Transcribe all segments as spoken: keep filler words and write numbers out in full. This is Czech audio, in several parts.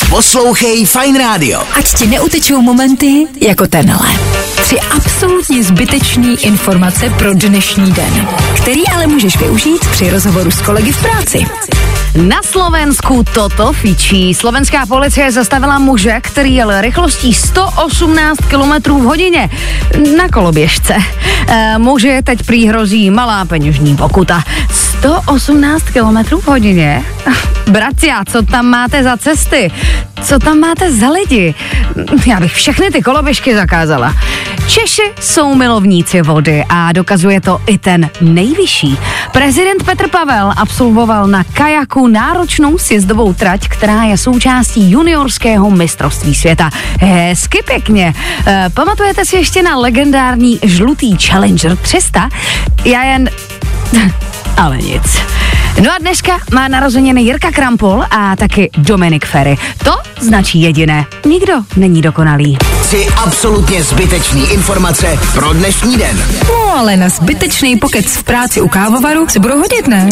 Poslouchej Fajn rádio. Ať ti neutečou momenty jako tenhle. Tři absolutně zbytečný informace pro dnešní den, který ale můžeš využít při rozhovoru s kolegy v práci. Na Slovensku toto fičí. Slovenská policie zastavila muže, který jel rychlostí sto osmnáct kilometrů v hodině na koloběžce. E, muži teď prý hrozí malá peněžní pokuta. sto osmnáct kilometrů v hodině? Bratia, co tam máte za cesty? Co tam máte za lidi? Já bych všechny ty koloběžky zakázala. Češi jsou milovníci vody a dokazuje to i ten nejvyšší. Prezident Petr Pavel absolvoval na kajaku náročnou sjezdovou trať, která je součástí juniorského mistrovství světa. Hezky pěkně. E, pamatujete si ještě na legendární žlutý Challenger tři sta? Já jen... ale nic. No a dneška má narozeniny Jirka Krampol a taky Dominik Ferry. To značí jediné. Nikdo není dokonalý. Tři absolutně zbytečný informace pro dnešní den. No ale na zbytečný pokec v práci u kávovaru se budou hodit, ne?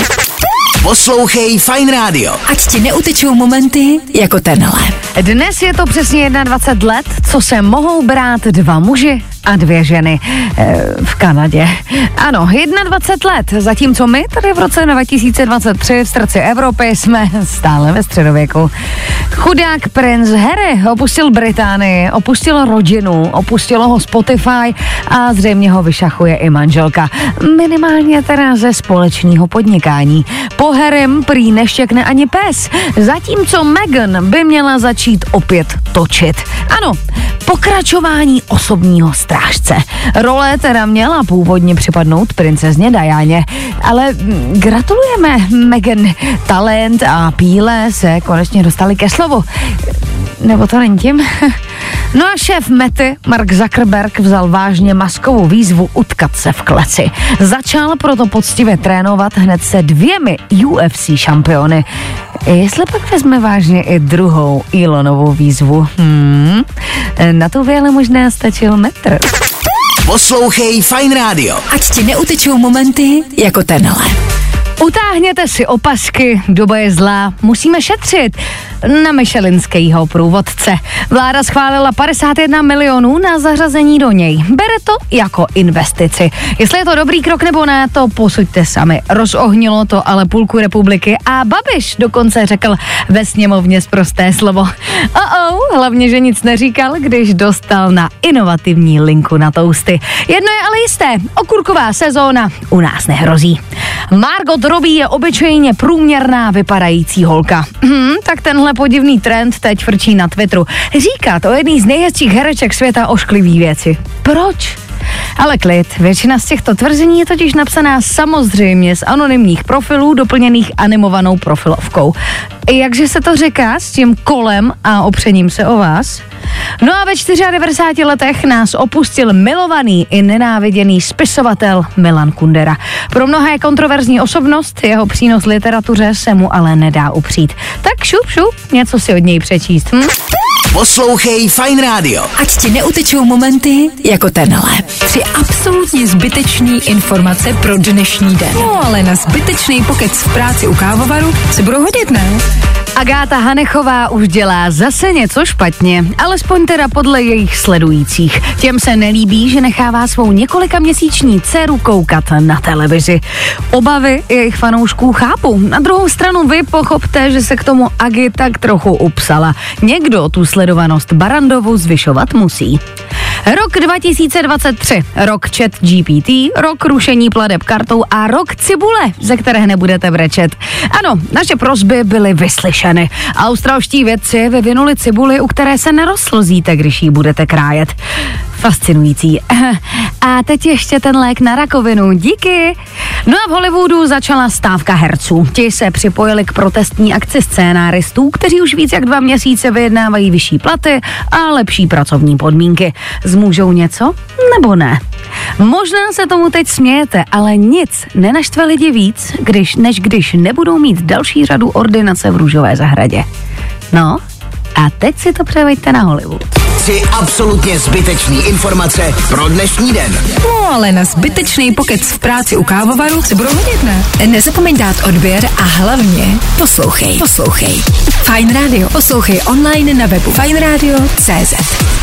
Poslouchej Fajn rádio. Ať ti neutečou momenty jako tenhle. Dnes je to přesně dvacet jedna let, co se mohou brát dva muži a dvě ženy e, v Kanadě. Ano, dvacet jedna let, zatímco my tady v roce dva tisíce dvacet tři v srdci Evropy jsme stále ve středověku. Chudák princ Harry opustil Británii, opustil rodinu, opustilo ho Spotify a zřejmě ho vyšachuje i manželka. Minimálně teda ze společného podnikání. Po Harrym prý neštěkne ani pes, zatímco Meghan by měla začít opět točit. Ano, pokračování osobního strážce. Role teda měla původně připadnout princezně Dianě, ale gratulujeme Meghan. Talent a píle se konečně dostali ke slovu. Nebo to není tím? No a šéf Mety, Mark Zuckerberg, vzal vážně maskovou výzvu utkat se v kleci. Začal proto poctivě trénovat hned se dvěmi U F C šampiony. Jestli pak vezme vážně i druhou Elonovou výzvu, hmm, na to by ale možná stačil metr. Poslouchej Fajn rádio. Ať ti neutečou momenty jako tenhle. Utáhněte si opasky, doba je zlá, musíme šetřit na michelinského průvodce. Vláda schválila padesát jedna milionů na zařazení do něj. Bere to jako investici. Jestli je to dobrý krok nebo ne, to posuďte sami. Rozohnilo to ale půlku republiky a Babiš dokonce řekl ve sněmovně sprosté slovo. Oh, hlavně, že nic neříkal, když dostal na inovativní linku na tousty. Jedno je ale jisté, okurková sezóna u nás nehrozí. Margot Robbie je obyčejně průměrná vypadající holka. Hmm, tak tenhle podivný trend teď frčí na Twitteru. Říká to jedný z nejhezčích hereček světa ošklivý věci. Proč? Ale klid, většina z těchto tvrzení je totiž napsaná samozřejmě z anonymních profilů doplněných animovanou profilovkou. Jakže se to říká s tím kolem a opřením se o vás? No a ve devadesátých čtyřech letech nás opustil milovaný i nenáviděný spisovatel Milan Kundera. Pro mnohé je kontroverzní osobnost, jeho přínos literatuře se mu ale nedá upřít. Tak šup, šup, něco si od něj přečíst. Hm? Poslouchej Fajn rádio. Ať ti neutečou momenty jako tenhle. Tři absolutně zbytečný informace pro dnešní den. No ale na zbytečný pokec v práci u kávovaru se budou hodit, ne? Agáta Hanechová už dělá zase něco špatně, alespoň teda podle jejich sledujících. Těm se nelíbí, že nechává svou několika měsíční dceru koukat na televizi. Obavy jejich fanoušků chápu. Na druhou stranu vy pochopte, že se k tomu Agi tak trochu upsala. Někdo tu sledovanost Barandovu zvyšovat musí. Rok dva tisíce dvacet tři, rok Chat G P T, rok rušení plateb kartou a rok cibule, ze které nebudete brečet. Ano, naše prosby byly vyslyšeny. Australští vědci vyvinuli cibuli, u které se nerozslzíte, když ji budete krájet. Fascinující. A teď ještě ten lék na rakovinu. Díky. No a v Hollywoodu začala stávka herců. Ti se připojili k protestní akci scénáristů, kteří už víc jak dva měsíce vyjednávají vyšší platy a lepší pracovní podmínky. Zmůžou něco? Nebo ne? Možná se tomu teď smějete, ale nic nenaštve lidi víc, když, než když nebudou mít další řadu ordinace v růžové zahradě. No, a teď si to převeďte na Hollywood. Tři absolutně zbytečný informace pro dnešní den. No ale na zbytečný pokec v práci u kávovaru se budou hodit, ne? Nezapomeň dát odběr a hlavně poslouchej. Poslouchej. Fajn Radio. Poslouchej online na webu fajn radio tečka cé zet.